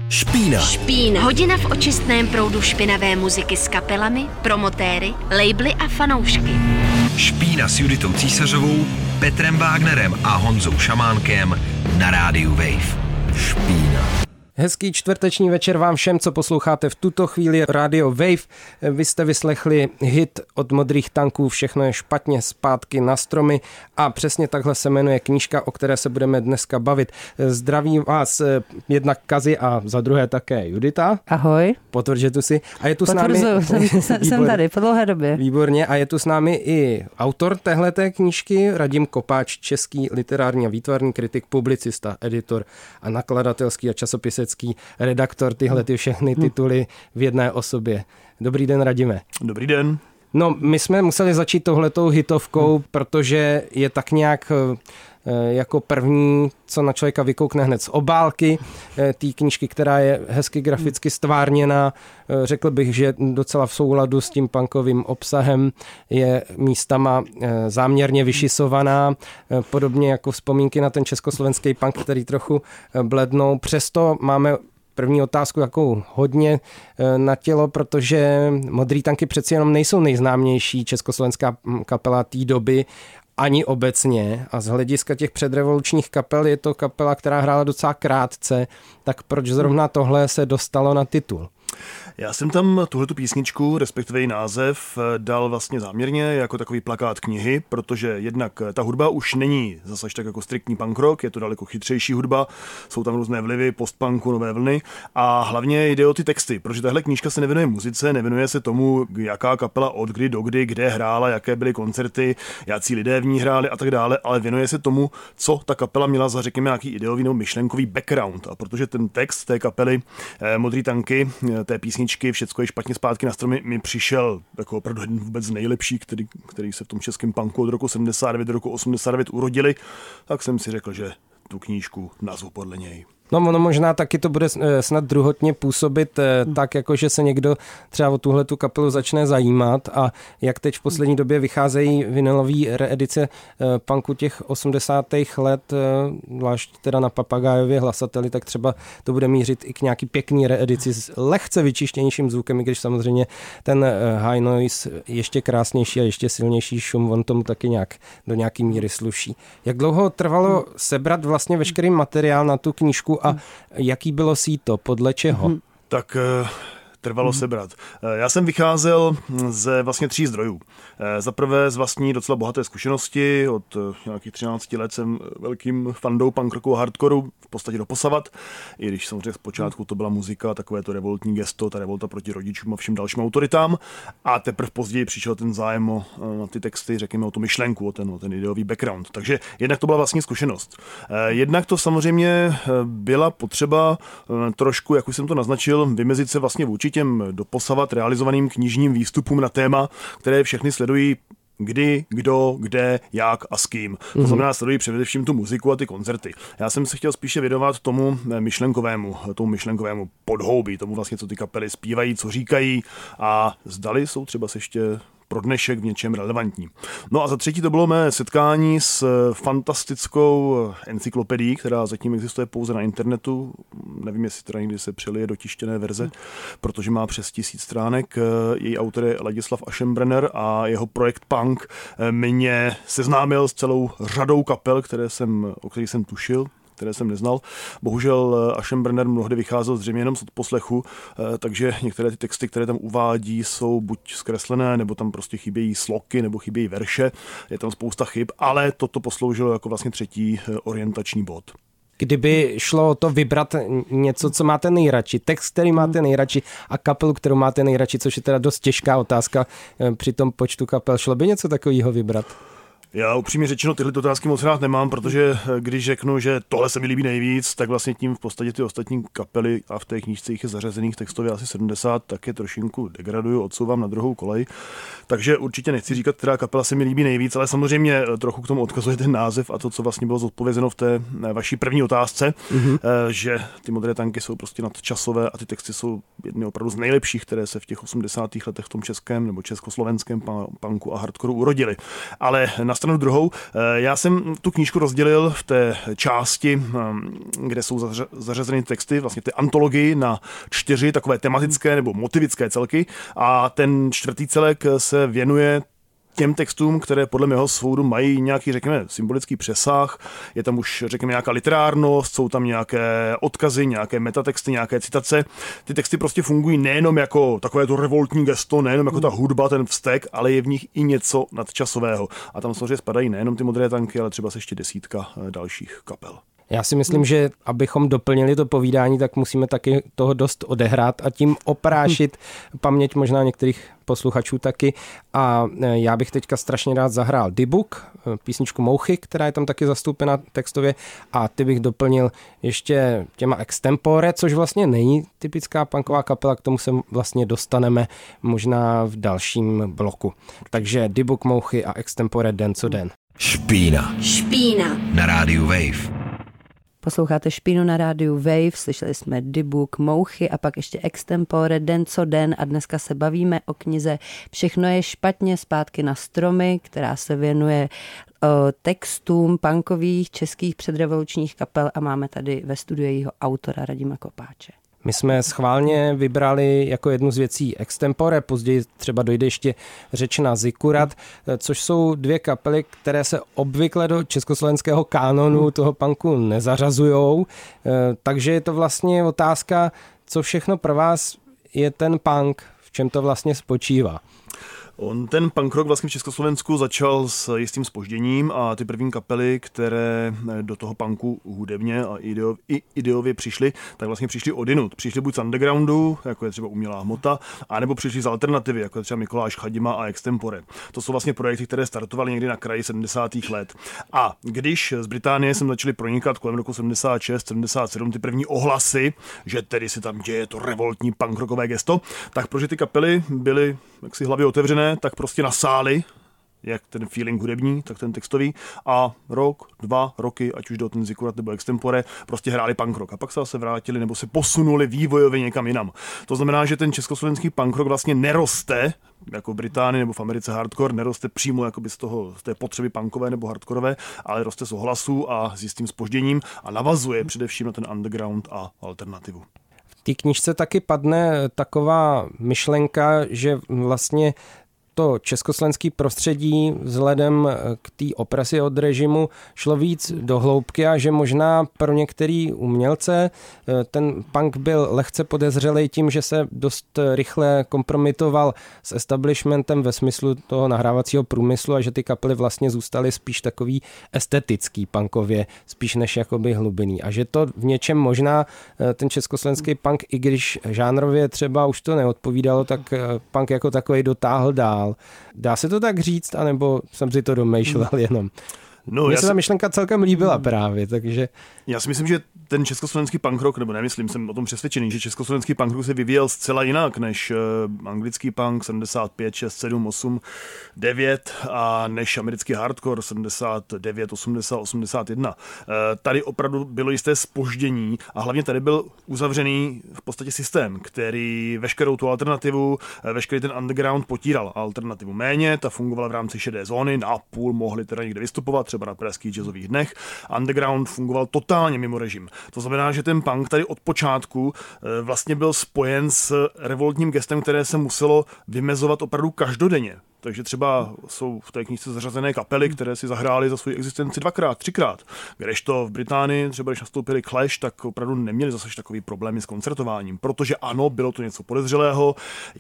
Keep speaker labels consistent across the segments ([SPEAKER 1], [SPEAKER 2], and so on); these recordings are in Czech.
[SPEAKER 1] Špína.
[SPEAKER 2] Špína. Hodina v očistném proudu špinavé muziky s kapelami, promotéry, labely a fanoušky.
[SPEAKER 1] Špína s Juditou Císařovou, Petrem Wagnerem a Honzou Šamánkem na rádiu Wave. Špína.
[SPEAKER 3] Hezký čtvrteční večer vám všem, co posloucháte v tuto chvíli Radio Wave. Vy jste vyslechli hit od Modrých tanků Všechno je špatně, zpátky na stromy a přesně takhle se jmenuje knížka, o které se budeme dneska bavit. Zdraví vás jednak Kazi a za druhé také Judita.
[SPEAKER 4] Ahoj.
[SPEAKER 3] Potvrdžu si. A je tu
[SPEAKER 4] Potvrzuju,
[SPEAKER 3] s námi...
[SPEAKER 4] jsem tady po dlouhé době.
[SPEAKER 3] Výborně. A je tu s námi i autor téhleté knížky, Radim Kopáč, český literární a výtvarný kritik, publicista, editor a nakladatelský a časopisecký redaktor, tyhle ty všechny tituly v jedné osobě. Dobrý den, Radime.
[SPEAKER 5] Dobrý den.
[SPEAKER 3] No, my jsme museli začít touhletou hitovkou, protože je tak nějak jako první, co na člověka vykoukne hned z obálky té knížky, která je hezky graficky stvárněná. Řekl bych, že docela v souladu s tím punkovým obsahem, je místama záměrně vyšisovaná, podobně jako vzpomínky na ten československý punk, který trochu blednou. Přesto máme první otázku jakou hodně na tělo, protože Modrý tanky přeci jenom nejsou nejznámější československá kapela té doby, ani obecně, a z hlediska těch předrevolučních kapel je to kapela, která hrála docela krátce, tak proč zrovna tohle se dostalo na titul?
[SPEAKER 5] Já jsem tam tuhletu písničku, respektive její název, dal vlastně záměrně jako takový plakát knihy, protože jednak ta hudba už není zase tak jako striktní punk rock, je to daleko chytřejší hudba, jsou tam různé vlivy postpunku, nové vlny a hlavně jde o ty texty, protože tahle knížka se nevěnuje muzice, nevěnuje se tomu, jaká kapela od kdy do kdy, kde hrála, jaké byly koncerty, jací lidé v ní hráli a tak dále, ale věnuje se tomu, co ta kapela měla za, řekněme, nějaký ideový nebo myšlenkový background. A protože ten text té kapely Modrý tanky, té písničky Všecko je špatně, zpátky na stromy, mi přišel jako opravdu vůbec nejlepší, který se v tom českém punku od roku 79 do roku 89 urodili, tak jsem si řekl, že tu knížku nazvu podle něj.
[SPEAKER 3] No, ono možná taky to bude snad druhotně působit tak, jako že se někdo třeba o tuhletu kapelu začne zajímat, a jak teď v poslední době vycházejí vinylové reedice punku těch 80. let, zvlášť teda na Papagájově hlasateli, tak třeba to bude mířit i k nějaký pěkný reedici s lehce vyčištěnějším zvukem, i když samozřejmě ten high noise ještě krásnější a ještě silnější šum, on tomu taky nějak do nějaký míry sluší. Jak dlouho trvalo sebrat vlastně veškerý materiál na tu knížku a jaký bylo síto, podle čeho?
[SPEAKER 5] Tak trvalo sebrat. Já jsem vycházel ze vlastně 3 zdrojů. Za prvé z vlastní docela bohaté zkušenosti, od nějakých 13 let jsem velkým fandou punk rocku a hardcoreu v podstatě doposavat, i když samozřejmě zpočátku to byla muzika, takové to revoltní gesto, ta revolta proti rodičům a všem dalším autoritám, a teprve později přišel ten zájem na ty texty, řekněme o tu myšlenku, o ten ideový background. Takže jednak to byla vlastní zkušenost. Jednak to samozřejmě byla potřeba trošku, jak už jsem to naznačil, vymezit se vlastně vůči těm doposavat realizovaným knižním výstupům na téma, které všechny sledují kdy, kdo, kde, jak a s kým. To znamená, sledují především tu muziku a ty koncerty. Já jsem se chtěl spíše věnovat tomu myšlenkovému podhoubí, tomu vlastně, co ty kapely zpívají, co říkají a zdali jsou třeba ještě pro dnešek v něčem relevantní. No a za třetí to bylo mé setkání s fantastickou encyklopedií, která zatím existuje pouze na internetu. Nevím, jestli teda někdy se přelije do tištěné verze, protože má přes 1000 stránek. Její autor je Ladislav Aschenbrenner a jeho projekt Punk mě seznámil s celou řadou kapel, o kterých jsem tušil, které jsem neznal. Bohužel Aschenbrenner mnohdy vycházel zřejmě jenom z odposlechu, takže některé ty texty, které tam uvádí, jsou buď zkreslené, nebo tam prostě chybějí sloky, nebo chybějí verše. Je tam spousta chyb, ale toto posloužilo jako vlastně 3. orientační bod.
[SPEAKER 3] Kdyby šlo o to vybrat něco, co máte nejradši, text, který máte nejradši, a kapelu, kterou máte nejradši, což je teda dost těžká otázka při tom počtu kapel, šlo by něco takového vybrat?
[SPEAKER 5] Já upřímně řečeno tyhle otázky moc rád nemám, protože když řeknu, že tohle se mi líbí nejvíc, tak vlastně tím v podstatě ty ostatní kapely, a v té knížce jich je zařazených textově asi 70, tak je trošinku degraduju, odsouvám na druhou kolej. Takže určitě nechci říkat, která kapela se mi líbí nejvíc, ale samozřejmě trochu k tomu odkazuje ten název a to, co vlastně bylo zodpovězeno v té vaší první otázce, že ty Modré tanky jsou prostě nadčasové a ty texty jsou jedny opravdu z nejlepších, které se v těch 80. letech v tom českém nebo československém punku a hardcoreu urodily. Ale na stranu druhou. Já jsem tu knížku rozdělil v té části, kde jsou zařazeny texty, vlastně ty antologii na 4 takové tematické nebo motivické celky a ten 4. celek se věnuje těm textům, které podle mého soudu mají nějaký, řekněme, symbolický přesah, je tam už, řekněme, nějaká literárnost, jsou tam nějaké odkazy, nějaké metatexty, nějaké citace. Ty texty prostě fungují nejenom jako takové to revoltní gesto, nejenom jako ta hudba, ten vztek, ale je v nich i něco nadčasového. A tam samozřejmě spadají nejenom ty Modré tanky, ale třeba se ještě 10 dalších kapel.
[SPEAKER 3] Já si myslím, že abychom doplnili to povídání, tak musíme taky toho dost odehrát a tím oprášit paměť možná některých posluchačů taky. A já bych teďka strašně rád zahrál Dybuk, písničku Mouchy, která je tam taky zastoupena textově, a ty bych doplnil ještě těma Extempore, což vlastně není typická punková kapela, k tomu se vlastně dostaneme možná v dalším bloku. Takže Dybuk, Mouchy a Extempore Den co den.
[SPEAKER 1] Špína.
[SPEAKER 2] Špína.
[SPEAKER 1] Na rádiu Wave.
[SPEAKER 4] Posloucháte Špínu na rádiu Wave, slyšeli jsme Dybuk, Mouchy a pak ještě Extempore, Den co den a dneska se bavíme o knize Všechno je špatně, zpátky na stromy, která se věnuje textům punkových českých předrevolučních kapel a máme tady ve studiu jejího autora Radima Kopáče.
[SPEAKER 3] My jsme schválně vybrali jako jednu z věcí Extempore, později třeba dojde ještě řeč na Zikurat, což jsou 2 kapely, které se obvykle do československého kánonu toho punku nezařazujou, takže je to vlastně otázka, co všechno pro vás je ten punk, v čem to vlastně spočívá.
[SPEAKER 5] Ten punk rock vlastně v Československu začal s jistým zpožděním a ty první kapely, které do toho punku hudebně a ideově přišly, tak vlastně přišly odinut. Přišly buď z undergroundu, jako je třeba Umělá hmota, anebo přišly z alternativy, jako je třeba Mikuláš Chadima a Extempore. To jsou vlastně projekty, které startovaly někdy na kraji 70. let. A když z Británie jsem začali pronikat kolem roku 76, 77 ty první ohlasy, že tedy se tam děje to revoltní punk rockové gesto, tak protože ty kapely byly jaksi hlavy otevřené, tak prostě nasáli, jak ten feeling hudební, tak ten textový, a rok, 2 roky, ať už do ten Zikurat nebo Extempore, prostě hráli punk rock a pak se zase vrátili nebo se posunuli vývojově někam jinam. To znamená, že ten československý punk rock vlastně neroste, jako v Británii nebo v Americe hardcore, neroste přímo jakoby z té potřeby punkové nebo hardkorové, ale roste z ohlasu a s jistým zpožděním a navazuje především na ten underground a alternativu.
[SPEAKER 3] V té knížce taky padne taková myšlenka, že vlastně to československé prostředí vzhledem k té opresi od režimu šlo víc do hloubky a že možná pro některý umělce ten punk byl lehce podezřelý tím, že se dost rychle kompromitoval s establishmentem ve smyslu toho nahrávacího průmyslu a že ty kapely vlastně zůstaly spíš takový estetický punkově, spíš než jakoby hlubinný. A že to v něčem možná ten československý punk, i když žánrově třeba už to neodpovídalo, tak punk jako takový dotáhl dál. Dá se to tak říct, anebo jsem si to domýšlel jenom? No, mně se ta myšlenka celkem líbila právě, takže...
[SPEAKER 5] Já si myslím, že ten československý punk rock, nebo nemyslím, jsem o tom přesvědčený, že československý punk rock se vyvíjel zcela jinak než anglický punk 75, 6, 7, 8, 9 a než americký hardcore 79, 80, 81. Tady opravdu bylo jisté zpoždění a hlavně tady byl uzavřený v podstatě systém, který veškerou tu alternativu, veškerý ten underground potíral. Alternativu méně, ta fungovala v rámci šedé zóny, napůl mohli teda někde vystupovat, třeba na pražských jazzových dnech. Underground fungoval totálně mimo režim. To znamená, že ten punk tady od počátku vlastně byl spojen s revoltním gestem, které se muselo vymezovat opravdu každodenně. Takže třeba jsou v té knížce zařazené kapely, které si zahrály za svou existenci 2x, 3x. Kdežto v Británii, třeba když nastoupili Clash, tak opravdu neměli zase takový problémy s koncertováním, protože ano, bylo to něco podezřelého,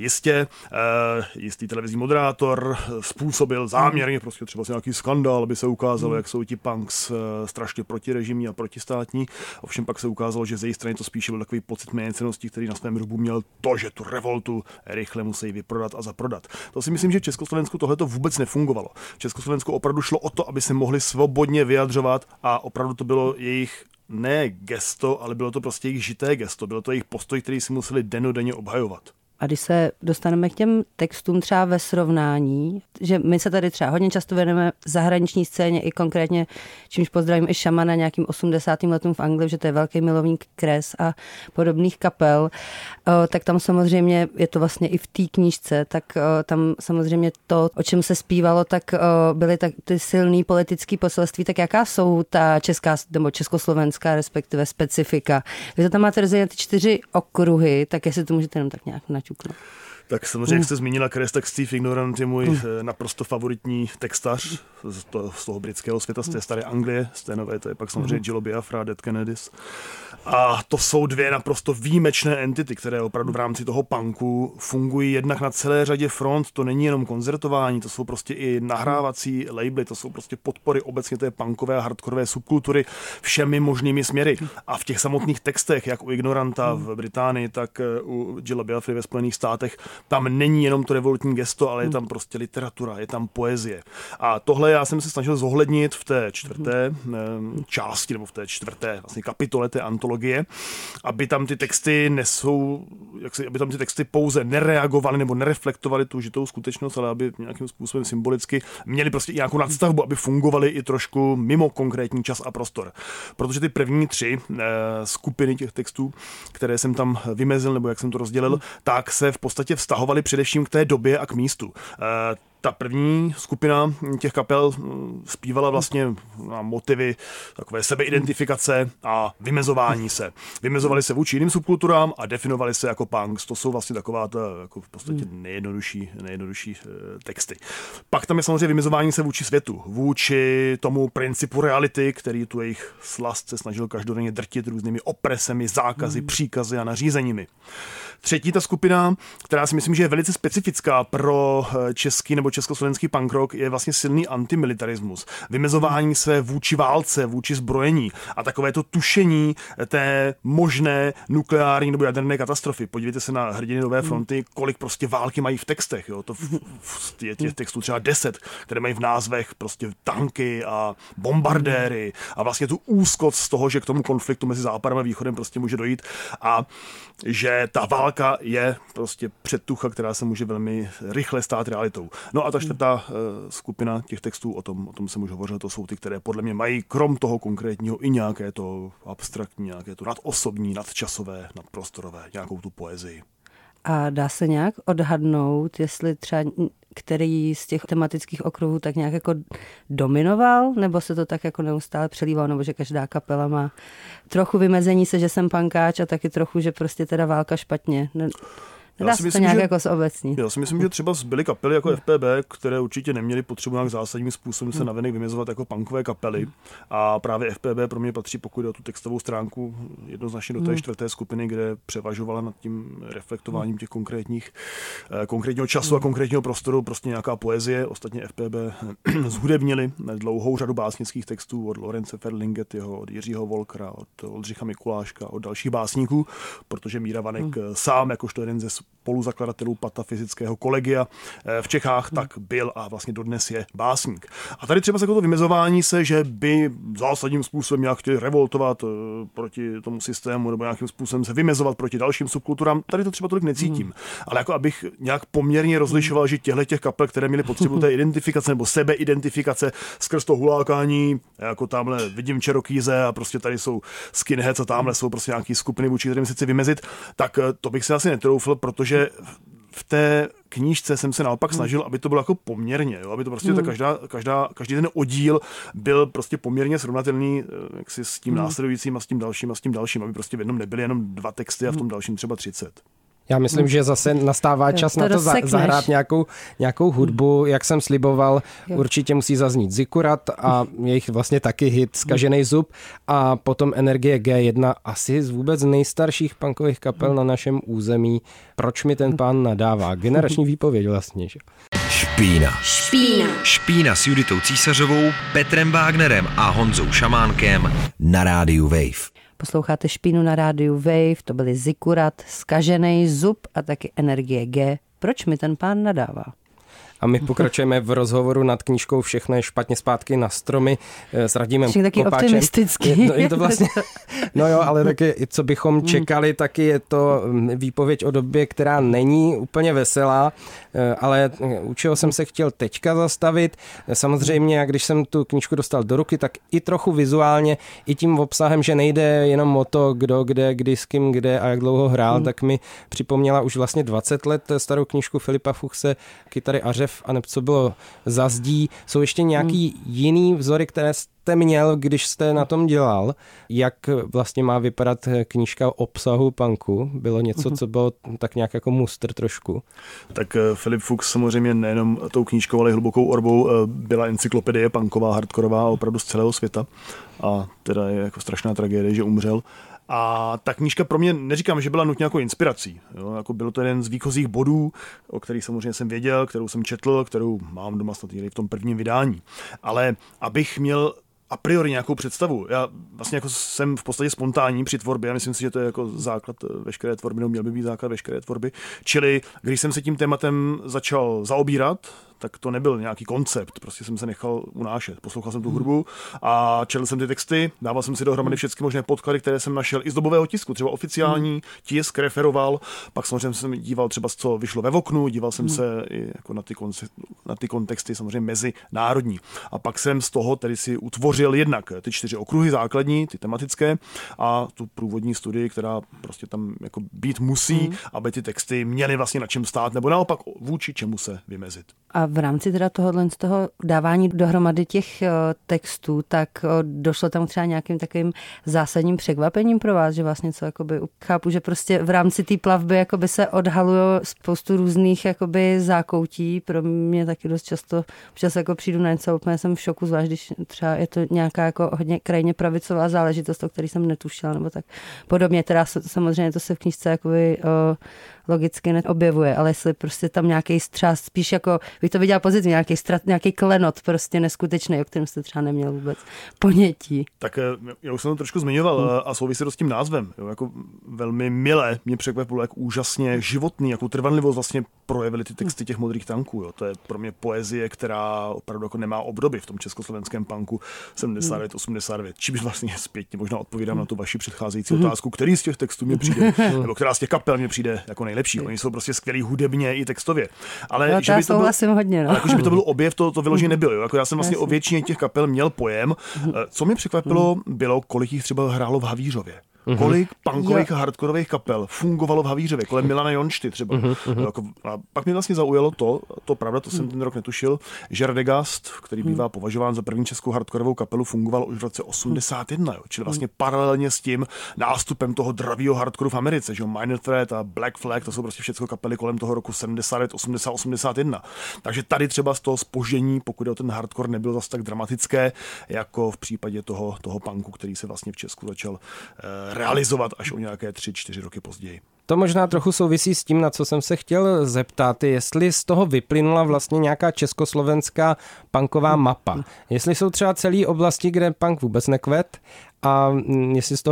[SPEAKER 5] jistý televizní moderátor způsobil záměrně prostě třeba nějaký skandál, aby se ukázalo, jak jsou ti punks strašně protirežimní a protistátní. Ovšem pak se ukázalo, že z její strany to spíše byl takový pocit méněcennosti, který na svém rubu měl to, že tu revoltu rychle musí vyprodat a zaprodat. To si myslím, že Československu tohle to vůbec nefungovalo. V Československu opravdu šlo o to, aby se mohli svobodně vyjadřovat a opravdu to bylo jejich ne gesto, ale bylo to prostě jejich žité gesto. Bylo to jejich postoj, který si museli dennodenně obhajovat.
[SPEAKER 4] A když se dostaneme k těm textům třeba ve srovnání, že my se tady třeba hodně často věnujeme zahraniční scéně i konkrétně, čímž pozdravím i Šamana nějakým 80. letům v Anglii, že to je velký milovník Kres a podobných kapel, tak tam samozřejmě je to vlastně i v té knížce, tak tam samozřejmě to, o čem se zpívalo, tak byly ty silný politický poselství, tak jaká jsou ta česká nebo československá respektive specifika. Když tam máte rozdělené ty 4 okruhy, tak jestli to můžete jenom tak nějak načuknout.
[SPEAKER 5] Tak samozřejmě, jak jste zmínila Kres, tak Steve Ignorant je můj naprosto favoritní textař z toho britského světa, z té staré Anglie, z té nové, to je pak samozřejmě Gillo Biafra, Dead Kennedys. A to jsou 2 naprosto výjimečné entity, které opravdu v rámci toho punku fungují jednak na celé řadě front. To není jenom koncertování, to jsou prostě i nahrávací labely, to jsou prostě podpory obecně té punkové a hardkorové subkultury všemi možnými směry. A v těch samotných textech, jak u Ignoranta v Británii, tak u Gilla Biafry ve Spojených státech, tam není jenom to revolutní gesto, ale je tam prostě literatura, je tam poezie. A tohle já jsem se snažil zohlednit v té 4. části, nebo v té 4. vlastně kapitole té antologie, aby tam ty texty aby tam ty texty pouze nereagovaly nebo nereflektovaly tu žitou skutečnost, ale aby nějakým způsobem symbolicky měli prostě i nějakou nadstavbu, aby fungovaly i trošku mimo konkrétní čas a prostor. Protože ty první 3 skupiny těch textů, které jsem tam vymezil, nebo jak jsem to rozdělil, tak se v podstatě vztahovaly především k té době a k místu. Ta první skupina těch kapel zpívala vlastně na motivy takové sebeidentifikace a vymezování se. Vymezovali se vůči jiným subkulturám a definovali se jako punks. To jsou vlastně taková jako v podstatě nejjednodušší texty. Pak tam je samozřejmě vymezování se vůči světu, vůči tomu principu reality, který tu jejich slast se snažil každodenně drtit různými opresemi, zákazy, příkazy a nařízeními. Třetí ta skupina, která si myslím, že je velice specifická pro český nebo československý punk rock, je vlastně silný antimilitarismus. Vymezování se vůči válce, vůči zbrojení a takové to tušení té možné nukleární nebo jaderné katastrofy. Podívejte se na Hrdiny nové fronty, kolik prostě války mají v textech. Jo? To je těch textů třeba 10, které mají v názvech prostě tanky a bombardéry a vlastně tu úzkost z toho, že k tomu konfliktu mezi Západem a Východem prostě může dojít a že ta válka je prostě předtucha, která se může velmi rychle stát realitou. No a ta 4. skupina těch textů, o tom jsem už hovořil, to jsou ty, které podle mě mají krom toho konkrétního i nějaké to abstraktní, nějaké to nadosobní, nadčasové, nadprostorové, nějakou tu poezii.
[SPEAKER 4] A dá se nějak odhadnout, jestli třeba který z těch tematických okruhů tak nějak jako dominoval, nebo se to tak jako neustále přelívalo, nebo že každá kapela má trochu vymezení se, že jsem punkáč a taky trochu, že prostě teda válka špatně. Nedá se to nějak jako zobecnit.
[SPEAKER 5] Já si myslím, že třeba byly kapely jako FPB, které určitě neměly potřebu nějak zásadním způsobem se navenek vymezovat jako punkové kapely. A právě FPB pro mě patří, pokud jde o tu textovou stránku, jednoznačně do té 4. skupiny, kde převažovala nad tím reflektováním těch konkrétního času a konkrétního prostoru prostě nějaká poezie. Ostatně FPB zhudebnili dlouhou řadu básnických textů od Lorence Ferlinghettiho, od Jiřího Volkera, od Oldřicha Mikuláška, od dalších básníků, protože Míra Vanek sám, jakožto jeden ze spoluzakladatelů Patafyzického kolegia v Čechách, tak byl a vlastně dodnes je básník. A tady třeba to vymezování se, že by zásadním způsobem nějak chtěli revoltovat proti tomu systému nebo nějakým způsobem se vymezovat proti dalším subkulturám, tady to třeba tolik necítím. Ale jako abych nějak poměrně rozlišoval, že těch kapel, které měly potřebu té identifikace nebo sebeidentifikace skrz to hulákání, jako tamhle vidím Cherokeese a prostě tady jsou skinheads a tamhle jsou prostě nějaký skupiny, vůči kterým se chci vymezit, tak to bych se asi netroufl, protože v té knížce jsem se naopak snažil, aby to bylo jako poměrně, jo? Aby to prostě každý ten oddíl byl prostě poměrně srovnatelný jaksi s tím následujícím a s tím dalším, aby prostě v jednom nebyly jenom 2 texty a v tom dalším třeba 30.
[SPEAKER 3] Já myslím, že zase nastává čas na to zahrát nějakou hudbu, jak jsem sliboval, určitě musí zaznít Zikurat a jejich vlastně taky hit Zkaženej zub a potom Energie G1, asi z vůbec nejstarších punkových kapel na našem území. Proč mi ten pán nadává? Generační výpověď vlastně. Že?
[SPEAKER 1] Špína s Juditou Císařovou, Petrem Wagnerem a Honzou Šamánkem na rádiu Wave.
[SPEAKER 4] Posloucháte Špínu na rádiu Wave, to byly Zikurat, Zkaženej zub a taky Energie G. Proč mi ten pán nadává?
[SPEAKER 3] a my pokračujeme v rozhovoru nad knížkou Všechno je špatně zpátky na stromy s Radimem
[SPEAKER 4] Všechno taky
[SPEAKER 3] Kopáčem.
[SPEAKER 4] optimistický.
[SPEAKER 3] Je to vlastně, no jo, ale taky, co bychom čekali, taky je to výpověď o době, která není úplně veselá, ale u čeho jsem se chtěl teďka zastavit. Samozřejmě, když jsem tu knížku dostal do ruky, tak i trochu vizuálně, i tím obsahem, že nejde jenom o to, kdo, kde, kdy, s kým, kde a jak dlouho hrál, tak mi připomněla už vlastně 20 let starou knížku Filipa Fuchse Kytary a řev, a co bylo za zdí. Jsou ještě nějaký jiný vzory, které jste měl, když jste na tom dělal? Jak vlastně má vypadat knížka o obsahu punku? Bylo něco, co bylo tak nějak jako mustr trošku?
[SPEAKER 5] Tak Filip Fuchs samozřejmě nejenom tou knížkou, ale i hlubokou orbou byla encyklopedie punková, hardkorová, opravdu z celého světa. A teda je jako strašná tragédie, že umřel. A ta knížka pro mě, neříkám, že byla nutně jako inspirací. Jo? Jako bylo to jeden z výchozích bodů, o kterých samozřejmě jsem věděl, kterou jsem četl, kterou mám doma snad v tom prvním vydání. Ale abych měl a priori nějakou představu. Já vlastně jako jsem v podstatě spontánní při tvorbě a myslím si, že to je jako základ veškeré tvorby, nebo měl by být základ veškeré tvorby. Čili když jsem se tím tématem začal zaobírat, tak to nebyl nějaký koncept, prostě jsem se nechal unášet. Poslouchal jsem tu hudbu a četl jsem ty texty, dával jsem si dohromady všechny možné podklady, které jsem našel i z dobového tisku, třeba oficiální tisk referoval, pak samozřejmě jsem díval třeba, co vyšlo ve Oknu, díval jsem se i jako na ty kontexty samozřejmě mezinárodní. A pak jsem z toho tedy si utvořil jednak ty 4 okruhy základní, ty tematické a tu průvodní studii, která prostě tam jako být musí, aby ty texty měly vlastně na čem stát, nebo naopak vůči čemu se vymezit.
[SPEAKER 4] A v rámci teda tohohle z toho dávání dohromady těch textů, tak došlo tam třeba nějakým takovým zásadním překvapením pro vás, že vlastně co jakoby chápu, že prostě v rámci té plavby jakoby se odhaluje spoustu různých jakoby zákoutí. Pro mě taky dost často občas jako přijdu na něco, úplně jsem v šoku, zvlášť když třeba je to nějaká jako hodně krajně pravicová záležitost, o který jsem netušila, nebo tak podobně. Teda samozřejmě to se v knížce jakoby logicky neobjevuje, ale jestli prostě tam nějaký třeba spíš jako, bych to viděla pozitivně, nějaký klenot prostě neskutečný, o kterém jste třeba neměl vůbec ponětí.
[SPEAKER 5] Tak já už jsem to trošku zmiňoval a souvisí to s tím názvem. Jo, jako velmi milé mě překvapilo, jak úžasně životný, jakou trvanlivost vlastně projevily ty texty těch Modrých tanků. Jo. To je pro mě poezie, která opravdu jako nemá obdoby v tom československém punku 79-89. Čímž vlastně zpětně možná odpovídám na tu vaši předcházející otázku, který z těch textů mě přijde, nebo která z těch kapel mě přijde jako nejlepší. Oni jsou prostě skvělí hudebně i textově. Ale
[SPEAKER 4] no,
[SPEAKER 5] že by to byl,
[SPEAKER 4] hodně, no.
[SPEAKER 5] Jako, že by to byl objev, to vyloženě nebylo. Jo. Jako já jsem vlastně o většině těch kapel měl pojem. Co mě překvapilo, bylo, kolik jich třeba hrálo v Havířově. Kolik punkových a hardkorových kapel fungovalo v Havířově, kolem Milana Jonšty třeba. A pak mě vlastně zaujalo to pravda, to jsem ten rok netušil, že Radegast, který bývá považován za první českou hardkorovou kapelu, fungoval už v roce 81, jo. Čili vlastně paralelně s tím nástupem toho dravýho hardkoru v Americe, že Minor Threat a Black Flag, to jsou prostě všechno kapely kolem toho roku 79, 80, 81. Takže tady třeba z toho zpoždění, pokud je o ten hardcore, nebylo zase tak dramatické, jako v případě toho punku, který se vlastně v Česku začal realizovat až o nějaké 3-4 roky později.
[SPEAKER 3] To možná trochu souvisí s tím, na co jsem se chtěl zeptat, jestli z toho vyplynula vlastně nějaká československá punková mapa. Jestli jsou třeba celé oblasti, kde punk vůbec nekvet a jestli z toho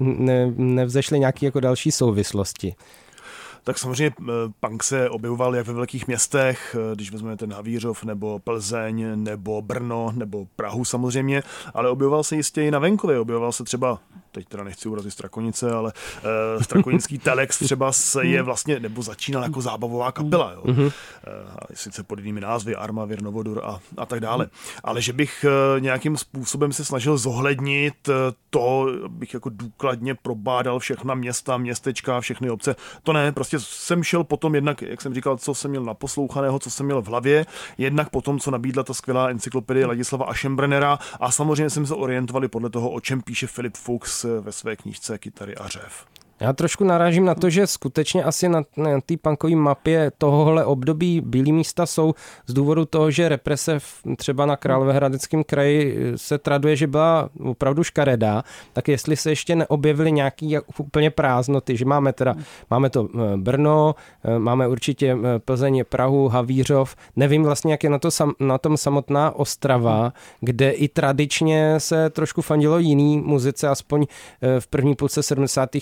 [SPEAKER 3] nevzešly nějaké jako další souvislosti.
[SPEAKER 5] Tak samozřejmě punk se objevoval jak ve velkých městech, když vezmeme ten Havířov, nebo Plzeň, nebo Brno, nebo Prahu samozřejmě, ale objevoval se jistě i na venkově, objevoval se třeba, teď teda nechci urazit Strakonice, ale strakonický Telex třeba je vlastně, nebo začínal jako zábavová kapela, jo. Sice pod jinými názvy, Arma, Vir, Novodur a tak dále. Ale že bych nějakým způsobem se snažil zohlednit to, bych jako důkladně probádal všechna města, městečka, všechny obce, to ne, prostě jsem šel potom jednak, jak jsem říkal, co jsem měl naposlouchaného, co jsem měl v hlavě, jednak potom, co nabídla ta skvělá encyklopedie Ladislava Aschenbrennera a samozřejmě jsem se orientovali podle toho, o čem píše Filip Fuchs ve své knížce Kytary a řev.
[SPEAKER 3] Já trošku narážím na to, že skutečně asi na té punkové mapě tohohle období bílý místa jsou z důvodu toho, že represe třeba na Královéhradeckém kraji se traduje, že byla opravdu škaredá, tak jestli se ještě neobjevily nějaký úplně prázdnoty, že máme to Brno, máme určitě Plzeň, Prahu, Havířov, nevím vlastně, jak je na tom samotná Ostrava, kde i tradičně se trošku fandilo jiný muzice, aspoň v první půlce 70. let by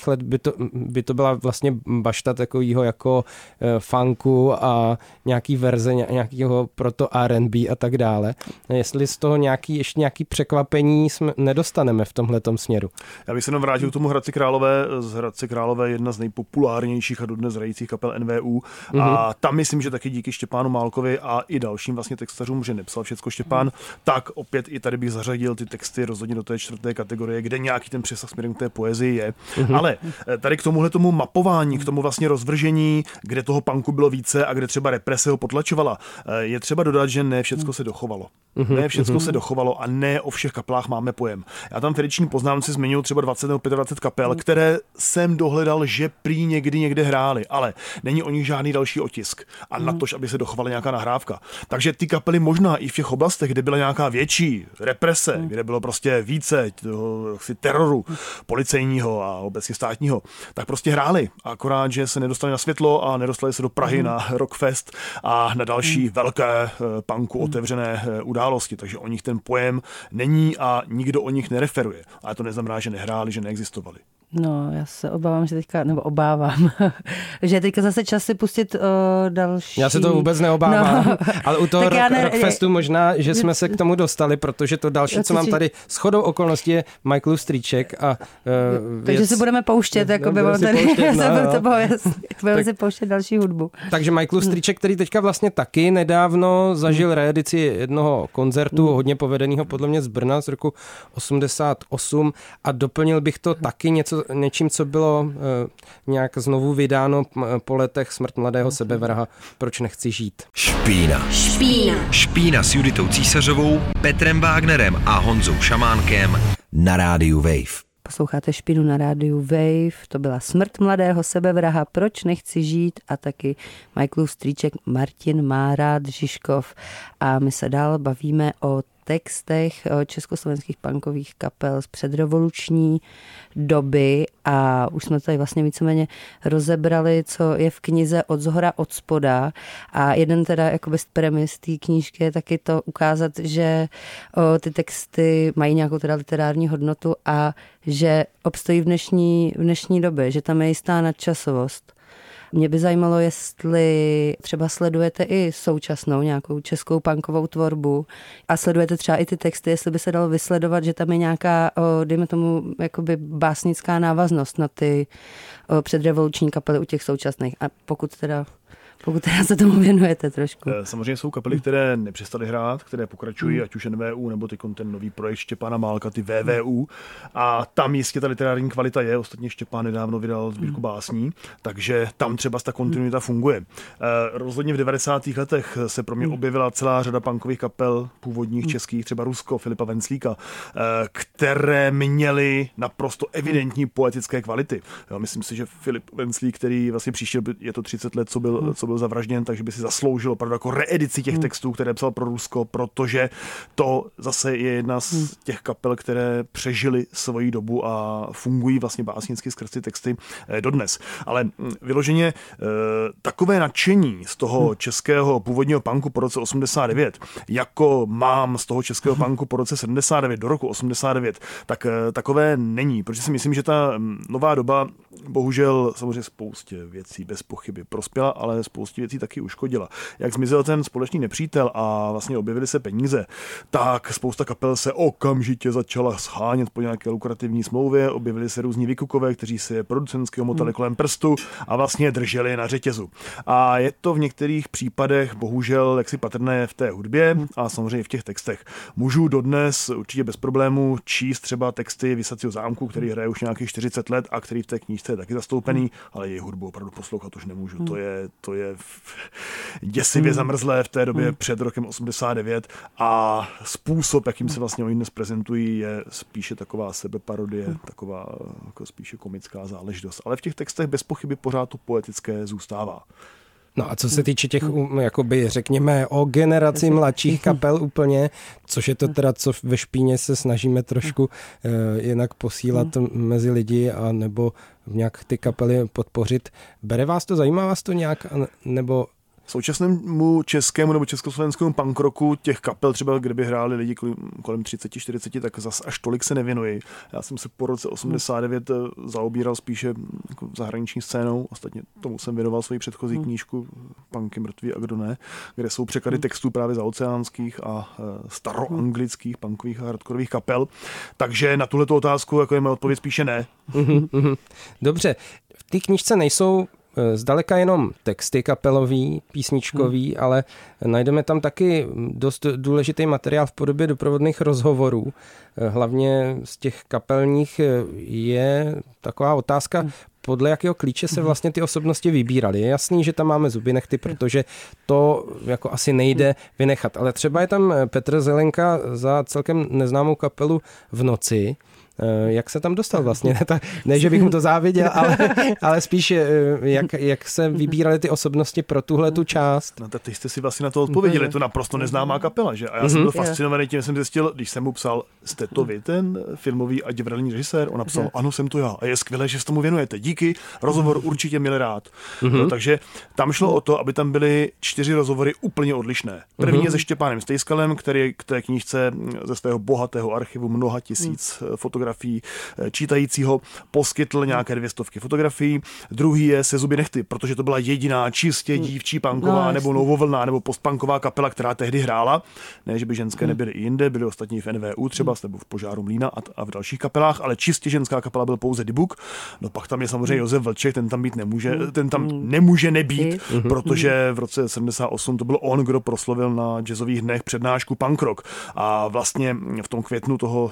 [SPEAKER 3] by to byla vlastně bašta takového jako funku a nějaký verze nějakého proto R&B a tak dále. Jestli z toho ještě nějaký překvapení nedostaneme v tomhletom směru.
[SPEAKER 5] Já bych se jenom vrátil k tomu Hradci Králové. Z Hradce Králové je jedna z nejpopulárnějších a dodnes hrajících kapel NVU. A tam myslím, že taky díky Štěpánu Málkovi a i dalším vlastně textařům, že nepsal všecko Štěpán, tak opět i tady bych zařadil ty texty rozhodně do té 4. kategorie, kde nějaký ten přesah směrem k té poezii je. Ale tady k tomuhle tomu mapování, k tomu vlastně rozvržení, kde toho punku bylo více a kde třeba represe ho potlačovala, je třeba dodat, že ne všecko se dochovalo. Ne všecko se dochovalo a ne o všech kaplách máme pojem. Já tam v ediční poznámce zmiňuji třeba 20 nebo 25 kapel, které jsem dohledal, že prý někde hráli, ale není o nich žádný další otisk. A na to, aby se dochovala nějaká nahrávka. Takže ty kapely možná i v těch oblastech, kde byla nějaká větší represe, kde bylo prostě více teroru policejního a obecně státního, tak prostě hráli. Akorát, že se nedostali na světlo a nedostali se do Prahy na Rockfest a na další velké punku otevřené události. Takže o nich ten pojem není a nikdo o nich nereferuje. Ale to neznamená, že nehráli, že neexistovali.
[SPEAKER 4] No, já se obávám, že teďka zase čas si pustit další.
[SPEAKER 3] Já se to vůbec neobávám, ale u toho Rockfestu možná, že jsme se k tomu dostali, takže to další, co mám tady shodou okolností je Michaelův strýček a
[SPEAKER 4] takže si budeme pouštět, budeme si pouštět další hudbu.
[SPEAKER 3] Takže Michaelův strýček, který teďka vlastně taky nedávno zažil reedici jednoho koncertu, hodně povedeného podle mě z Brna z roku 88 a doplnil bych to taky něčím, co bylo nějak znovu vydáno po letech Smrt mladého sebevraha. Proč nechci žít?
[SPEAKER 1] Špína s Juditou Císařovou, Petrem Wagnerem a Honzou Šamánkem na rádiu Wave.
[SPEAKER 4] Posloucháte Špínu na rádiu Wave, to byla Smrt mladého sebevraha, Proč nechci žít a taky Michaelův strýček Martin má rád Žižkov. A my se dál bavíme o textech československých punkových kapel z předrevoluční doby a už jsme tady vlastně víceméně rozebrali, co je v knize Od zhora od spoda a jeden teda jakoby z premis té knížky je taky to ukázat, že ty texty mají nějakou teda literární hodnotu a že obstojí v dnešní době, že tam je jistá nadčasovost. Mě by zajímalo, jestli třeba sledujete i současnou nějakou českou punkovou tvorbu a sledujete třeba i ty texty, jestli by se dalo vysledovat, že tam je nějaká, dejme tomu, jakoby básnická návaznost na ty předrevoluční kapely u těch současných. A pokud teda se tomu věnujete trošku.
[SPEAKER 5] Samozřejmě jsou kapely, které nepřestaly hrát, které pokračují, ať už NVU, nebo ten nový projekt Štěpána Málka, ty VVU. A tam jistě ta literární kvalita je. Ostatně Štěpán nedávno vydal sbírku básní, takže tam třeba ta kontinuita funguje. Rozhodně v 90. letech se pro mě objevila celá řada punkových kapel původních českých, třeba Rusko, Filipa Venclíka, které měly naprosto evidentní poetické kvality. Jo, myslím si, že Filip Venclík, který vlastně příště je to 30 let, co byl zavražděn, takže by si zasloužil opravdu jako reedici těch textů, které psal pro Rusko, protože to zase je jedna z těch kapel, které přežily svoji dobu a fungují vlastně básnicky skrz ty texty dodnes. Ale vyloženě takové nadšení z toho českého původního punku po roce 89, jako mám z toho českého punku po roce 79 do roku 89, tak takové není, protože si myslím, že ta nová doba bohužel samozřejmě spoustě věcí bez pochyby prospěla, ale spoustě věcí taky uškodila. Jak zmizel ten společný nepřítel a vlastně objevily se peníze, tak spousta kapel se okamžitě začala schánět po nějaké lukrativní smlouvě, objevili se různí vykukové, kteří si producentský omotali kolem prstu a vlastně drželi na řetězu. A je to v některých případech bohužel jaksi patrné v té hudbě a samozřejmě v těch textech. Můžu dodnes určitě bez problémů číst třeba texty Visacího zámku, který hraje už nějakých 40 let a který v té knížce je taky zastoupený, ale její hudbu opravdu poslouchat už nemůžu. To je děsivě zamrzlé v té době před rokem 89 a způsob, jakým se vlastně oni dnes prezentují, je spíše taková sebeparodie, taková jako spíše komická záležitost. Ale v těch textech bez pochyby pořád to poetické zůstává.
[SPEAKER 3] No a co se týče těch, jakoby řekněme, o generaci mladších kapel úplně, což je to teda, co ve Špíně se snažíme trošku jinak posílat mezi lidi a nebo nějak ty kapely podpořit. Bere vás to, zajímá vás to nějak, nebo
[SPEAKER 5] Současnému českému nebo československému punk rocku těch kapel třeba, kde by hráli lidi kolem 30-40, tak zas až tolik se nevěnuji. Já jsem se po roce 89 zaobíral spíše jako zahraniční scénou, ostatně tomu jsem věnoval svoji předchozí knížku Punky mrtví a kdo ne, kde jsou překlady textů právě zaoceánských a staroanglických punkových a hardkorových kapel. Takže na tuhletu otázku jako je moje odpověď spíše ne.
[SPEAKER 3] Dobře, v té knížce nejsou zdaleka jenom texty kapelový, písničkový, ale najdeme tam taky dost důležitý materiál v podobě doprovodných rozhovorů. Hlavně z těch kapelních je taková otázka, podle jakého klíče se vlastně ty osobnosti vybíraly. Je jasný, že tam máme zuby nehty, protože to jako asi nejde vynechat. Ale třeba je tam Petr Zelenka za celkem neznámou kapelu V noci. Jak se tam dostal vlastně? Ne, že bych mu to záviděl, ale spíš jak se vybíraly ty osobnosti pro tuhletu část.
[SPEAKER 5] No, tak ty jste si vlastně na to odpověděli, to naprosto neznámá kapela, že? A já jsem byl fascinovaný tím, jsem zjistil, když jsem mu psal, jste to vy, ten filmový a divadelní režisér? On napsal, ano, jsem to já. A je skvělé, že se tomu věnujete. Díky, rozhovor určitě měl rád. No, takže tam šlo o to, aby tam byly 4 rozhovory úplně odlišné. První je se Štěpánem Stejskalem, který k té knížce ze svého bohatého archivu mnoha tisíc fotografií čítajícího poskytl nějaké 200 fotografií. Druhý je se Zuby nehty, protože to byla jediná čistě dívčí punková nebo novovlná nebo postpunková kapela, která tehdy hrála. Ne, že by ženské nebyly i jinde, byly ostatní v NVU třeba, nebo v Požáru Mlýna a v dalších kapelách, ale čistě ženská kapela byl pouze Dibuk. No pak tam je samozřejmě Josef Vlček, ten tam být nemůže, ten tam nemůže nebýt, protože v roce 78 to byl on, kdo proslovil na jazzových dnech přednášku punk rock. A vlastně v tom květnu toho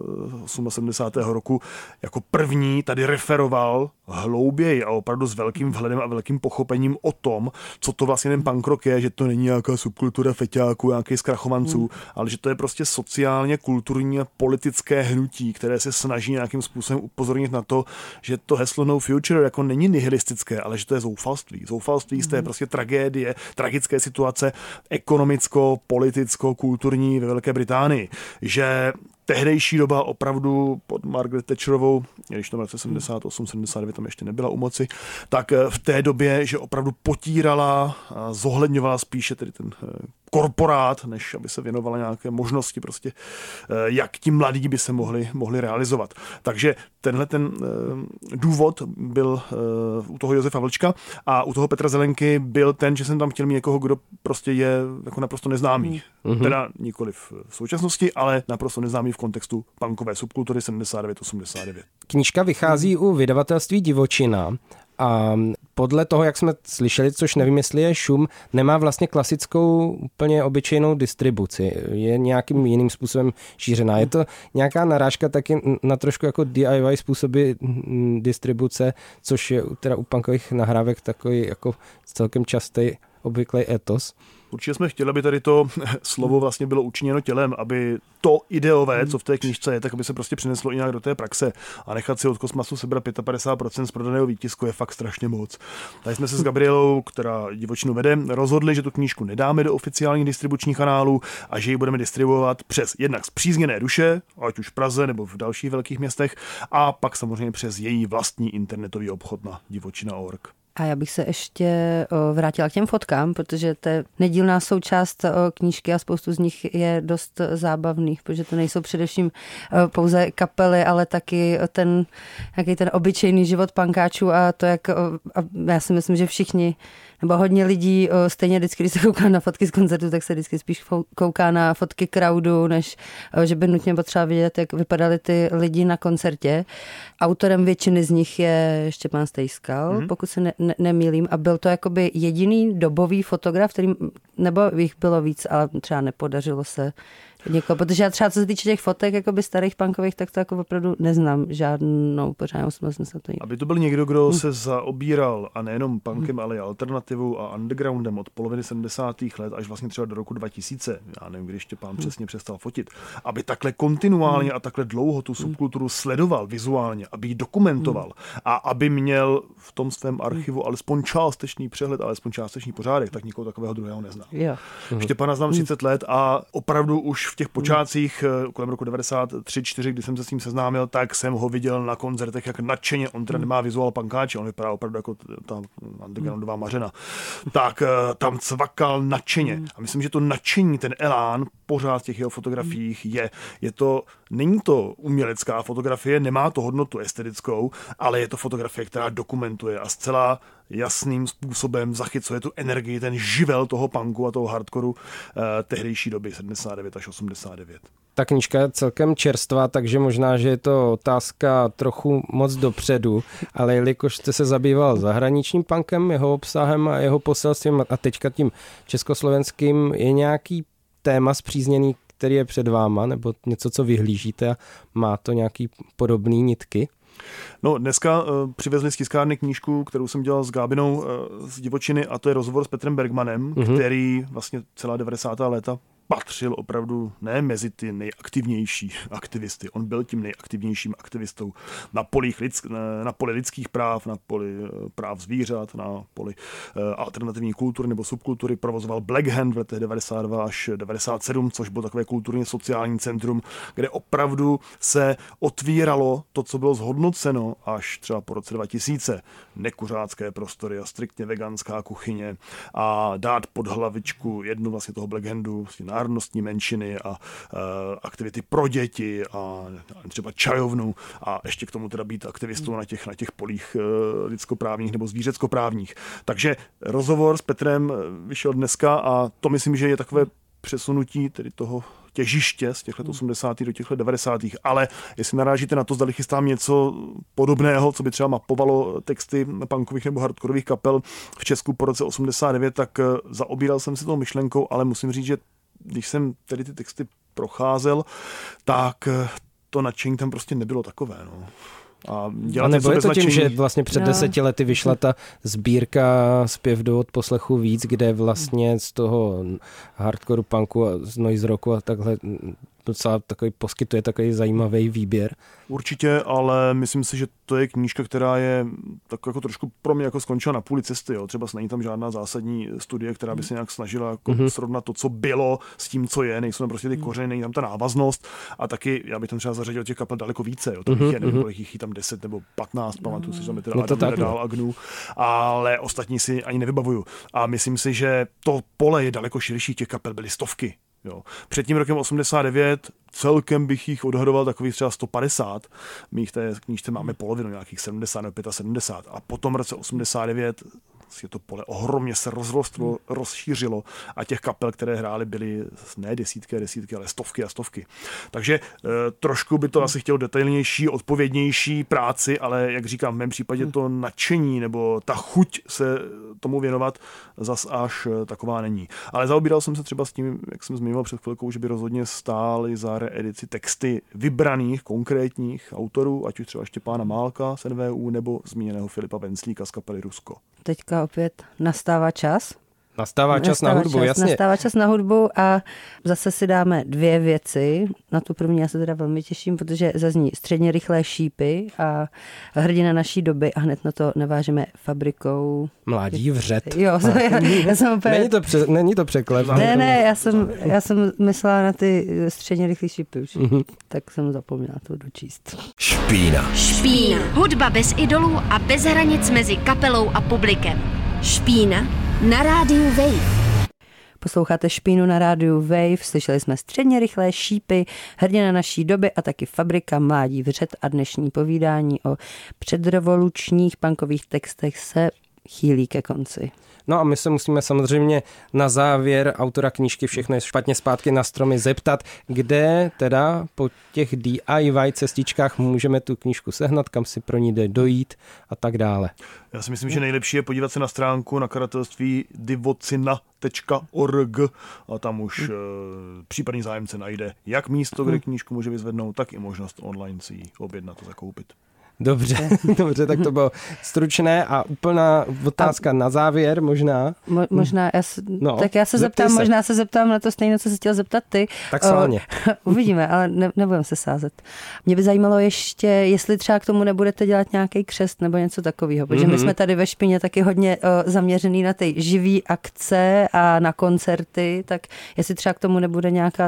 [SPEAKER 5] 78. roku jako první tady referoval hlouběji a opravdu s velkým vhledem a velkým pochopením o tom, co to vlastně ten punk rock je, že to není nějaká subkultura feťáků, nějakých zkrachovanců, ale že to je prostě sociálně kulturní a politické hnutí, které se snaží nějakým způsobem upozornit na to, že to heslo No Future jako není nihilistické, ale že to je zoufalství. Zoufalství z té prostě tragédie, tragické situace ekonomicko-politicko-kulturní ve Velké Británii, že tehdejší doba opravdu pod Margaret Thatcherovou, když to v roce 78, 79 tam ještě nebyla u moci, tak v té době, že opravdu potírala, zohledňovala spíše tedy ten korporát, než aby se věnovala nějaké možnosti prostě, jak ti mladí by se mohli realizovat. Takže tenhle ten důvod byl u toho Josefa Vlčka a u toho Petra Zelenky byl ten, že jsem tam chtěl mít někoho, kdo prostě je jako naprosto neznámý. Teda nikoliv v současnosti, ale naprosto neznámý v kontextu punkové subkultury 79-89.
[SPEAKER 3] Knížka vychází u vydavatelství Divočina a podle toho, jak jsme slyšeli, což nevím, jestli je Šum, nemá vlastně klasickou úplně obyčejnou distribuci. Je nějakým jiným způsobem šířená. Je to nějaká narážka taky na trošku jako DIY způsoby distribuce, což je teda u punkových nahrávek takový jako celkem častý obvyklý etos.
[SPEAKER 5] Určitě jsme chtěli, aby tady to slovo vlastně bylo učiněno tělem, aby to ideové, co v té knížce je, tak aby se prostě přineslo i nějak do té praxe a nechat si od Kosmasu sebrat 55% z prodaného výtisku je fakt strašně moc. Tady jsme se s Gabrielou, která Divočinu vede, rozhodli, že tu knížku nedáme do oficiálních distribučních kanálů a že ji budeme distribuovat přes jednak spřízněné duše, ať už v Praze nebo v dalších velkých městech, a pak samozřejmě přes její vlastní internetový obchod na divočina.org.
[SPEAKER 4] A já bych se ještě vrátila k těm fotkám, to je nedílná součást knížky a spoustu z nich je dost zábavných, protože to nejsou především pouze kapely, ale taky ten obyčejný život punkáčů a to, jak já si myslím, že všichni nebo hodně lidí stejně vždycky, když se kouká na fotky z koncertu, tak se vždycky spíš kouká na fotky crowdu, než že by nutně potřeba vidět, jak vypadaly ty lidi na koncertě. Autorem většiny z nich je Štěpán Stejskal, pokud se nemýlím, a byl to jakoby jediný dobový fotograf, který, nebo jich bylo víc, ale třeba nepodařilo se někoho, protože já třeba co se týče těch fotek jakoby starých punkových, tak to jako opravdu neznám žádnou pořádnou osobnost.
[SPEAKER 5] Aby to byl někdo, kdo se zaobíral a nejenom punkem, ale i alternativou a undergroundem od poloviny 70. let až vlastně třeba do roku 2000, já nevím, když Štěpán přesně přestal fotit, aby takhle kontinuálně a takhle dlouho tu subkulturu sledoval vizuálně, aby ji dokumentoval a aby měl v tom svém archivu alespoň částečný přehled, alespoň částečný pořádek, tak nikoho takového druhého neznám. Štěpána znám 30 let a opravdu už v těch počátcích kolem roku 93-4, kdy jsem se s ním seznámil, tak jsem ho viděl na koncertech jak nadšeně. On teda nemá vizuál punkáče, on vypadá opravdu jako ta undergroundová mařena. Tak tam cvakal nadšeně. A myslím, že to nadšení, ten elán pořád v těch jeho fotografiích není to umělecká fotografie, nemá to hodnotu estetickou, ale je to fotografie, která dokumentuje a zcela jasným způsobem zachycuje tu energii, ten živel toho punku a toho hardcoru tehdejší doby 79 až 89.
[SPEAKER 3] Ta knížka je celkem čerstvá, takže možná, že je to otázka trochu moc dopředu, ale jelikož jste se zabýval zahraničním punkem, jeho obsahem a jeho poselstvím a teďka tím československým, je nějaký téma spřízněný, který je před váma, nebo něco, co vyhlížíte a má to nějaký podobný nitky?
[SPEAKER 5] No, dneska přivezli z tiskárny knížku, kterou jsem dělal s Gábinou z Divočiny, a to je rozhovor s Petrem Bergmanem, který vlastně celá 90. léta patřil opravdu ne mezi ty nejaktivnější aktivisty. On byl tím nejaktivnějším aktivistou na poli lidských práv, na poli práv zvířat, na poli alternativní kultury nebo subkultury. Provozoval Black Hand v letech 92 až 97, což bylo takové kulturně sociální centrum, kde opravdu se otvíralo to, co bylo zhodnoceno až třeba po roce 2000. Nekuřácké prostory a striktně veganská kuchyně a dát pod hlavičku jednu vlastně toho Black Handu, národnostní menšiny a aktivity pro děti a třeba čajovnu a ještě k tomu teda být aktivistou na těch polích lidskoprávních nebo zvířeckoprávních. Takže rozhovor s Petrem vyšel dneska a to myslím, že je takové přesunutí tedy toho těžiště z těch let 80. do těch let 90. Ale jestli narážíte na to, zda chystám něco podobného, co by třeba mapovalo texty punkových nebo hardkorových kapel v Česku po roce 89, tak zaobíral jsem se tou myšlenkou, ale musím říct, že když jsem tedy ty texty procházel, tak to nadšení tam prostě nebylo takové. No.
[SPEAKER 3] A nebo je to tím, že vlastně před 10 lety vyšla ta sbírka Zpěv do odposlechu víc, kde vlastně z toho hardcore punku a z noise rocku a takhle docela takový poskytuje takový zajímavý výběr.
[SPEAKER 5] Určitě, ale myslím si, že to je knížka, která je tak jako trošku pro mě jako skončila na půli cesty. Jo. Třeba není tam žádná zásadní studie, která by se nějak snažila jako srovnat to, co bylo s tím, co je. Nejsou tam prostě ty kořeny, není tam ta návaznost. A taky já bych tam třeba zařadil těch kapel daleko více. Jo. To je, nebo jich tam 10 nebo 15, pamatuju si, že tam je teda Adam Nedal a Gnu, ale ostatní si ani nevybavuju. A myslím si, že to pole je daleko širší, těch kapel byly stovky. Jo. Před tím rokem 89 celkem bych jich odhadoval takových třeba 150. My v té knížce máme polovinu, nějakých 70 nebo 75. A potom v roce 89 je to pole ohromně se rozrostlo, rozšířilo a těch kapel, které hrály, byly ne desítky, ale stovky a stovky. Takže trošku by to asi chtělo detailnější, odpovědnější práci, ale jak říkám, v mém případě to nadšení nebo ta chuť se tomu věnovat zas až taková není. Ale zaobíral jsem se třeba s tím, jak jsem zmiňoval před chvilkou, že by rozhodně stály za reedici texty vybraných konkrétních autorů, ať už třeba Štěpána Málka z NVU nebo zmíněného Filipa Venclíka z kapely Rusko.
[SPEAKER 4] Teďka opět nastává čas.
[SPEAKER 3] Nastává čas na hudbu, jasně.
[SPEAKER 4] Nastává čas na hudbu a zase si dáme dvě věci. Na tu první já se teda velmi těším, protože zazní Středně rychlé šípy a Hrdina naší doby a hned na to navážeme Fabrikou.
[SPEAKER 3] Mládí vřet.
[SPEAKER 4] Jo, já jsem úplně...
[SPEAKER 3] Není to překlep.
[SPEAKER 4] Ne, já jsem myslela na ty Středně rychlé šípy už. Tak jsem zapomněla to dočíst.
[SPEAKER 1] Špína.
[SPEAKER 2] Hudba bez idolů a bez hranic mezi kapelou a publikem. Špína na rádiu Wave.
[SPEAKER 4] Posloucháte Špínu na rádiu Wave, slyšeli jsme Středně rychlé šípy, Hrdina naší doby a taky Fabrika, Mládí vřet a dnešní povídání o předrevolučních punkových textech se chýlí ke konci.
[SPEAKER 3] No a my se musíme samozřejmě na závěr autora knížky Všechno je špatně zpátky na stromy zeptat, kde teda po těch DIY cestičkách můžeme tu knížku sehnat, kam si pro ní jde dojít a tak dále.
[SPEAKER 5] Já si myslím, že nejlepší je podívat se na stránku nakladatelství divocina.org a tam už případný zájemce najde jak místo, kde knížku může vyzvednout, tak i možnost online si ji objednat a zakoupit.
[SPEAKER 3] Dobře, tak to bylo stručné a úplná otázka na závěr možná.
[SPEAKER 4] Možná, já se zeptám, možná se zeptám na to stejné, co jsi chtěl zeptat ty.
[SPEAKER 3] Tak schválně.
[SPEAKER 4] Uvidíme, ale nebudeme se sázet. Mě by zajímalo ještě, jestli třeba k tomu nebudete dělat nějaký křest nebo něco takového, protože my jsme tady ve Špíně taky hodně zaměřený na ty živý akce a na koncerty, tak jestli třeba k tomu nebude nějaká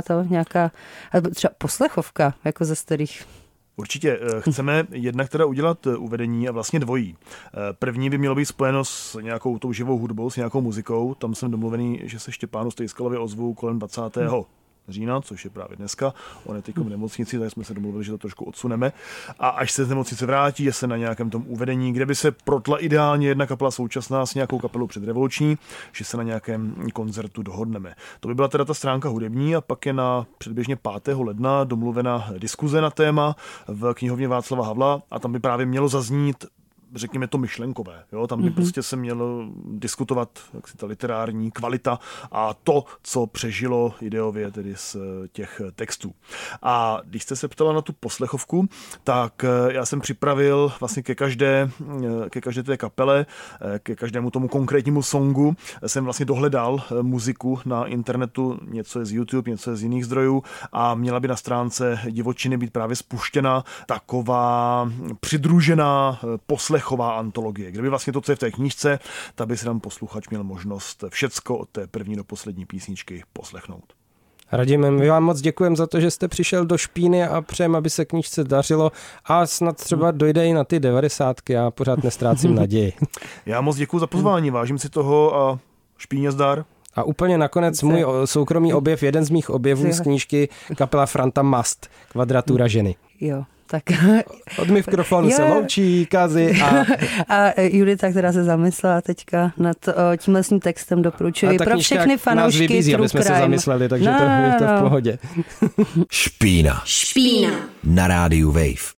[SPEAKER 4] třeba poslechovka, jako ze starých.
[SPEAKER 5] Určitě. Chceme jednak teda udělat uvedení a vlastně dvojí. První by mělo být spojeno s nějakou tou živou hudbou, s nějakou muzikou. Tam jsem domluvený, že se Štěpánu Stejskalovi ozvu kolem 20. října, což je právě dneska. On je teď v nemocnici, tak jsme se domluvili, že to trošku odsuneme. A až se z nemocnice vrátí, že se na nějakém tom uvedení, kde by se protla ideálně jedna kapela současná s nějakou kapelou předrevoluční, že se na nějakém koncertu dohodneme. To by byla teda ta stránka hudební a pak je na předběžně 5. ledna domluvena diskuze na téma v knihovně Václava Havla a tam by právě mělo zaznít, řekněme to myšlenkové. Jo? Tam by prostě se mělo diskutovat jaksi ta literární kvalita a to, co přežilo ideově tedy z těch textů. A když jste se ptala na tu poslechovku, tak já jsem připravil vlastně ke každé té kapele, ke každému tomu konkrétnímu songu jsem vlastně dohledal muziku na internetu, něco je z YouTube, něco je z jiných zdrojů a měla by na stránce Divočiny být právě spuštěna taková přidružená poslechová antologie, kde by vlastně to, co je v té knížce, tak by si tam posluchač měl možnost všecko od té první do poslední písničky poslechnout.
[SPEAKER 3] Radime, my vám moc děkujeme za to, že jste přišel do Špíny a přejeme, aby se knížce dařilo a snad třeba dojde i na ty 90. Já pořád nestrácím naději. Já
[SPEAKER 5] moc děkuji za pozvání, vážím si toho a Špíně zdar.
[SPEAKER 3] A úplně nakonec můj soukromý objev, jeden z mých objevů z knížky kapela Franta Mast, Kvadratura ženy.
[SPEAKER 4] Jo. Tak.
[SPEAKER 3] Od mikrofonu se loučí Kazi
[SPEAKER 4] a Judita, která se zamyslela teďka nad tímhle svým textem, doporučuji pro všechny fanoušky True Crime.
[SPEAKER 3] Aby jsme se zamysleli, takže to je to v pohodě.
[SPEAKER 1] Špína. Na rádiu Wave.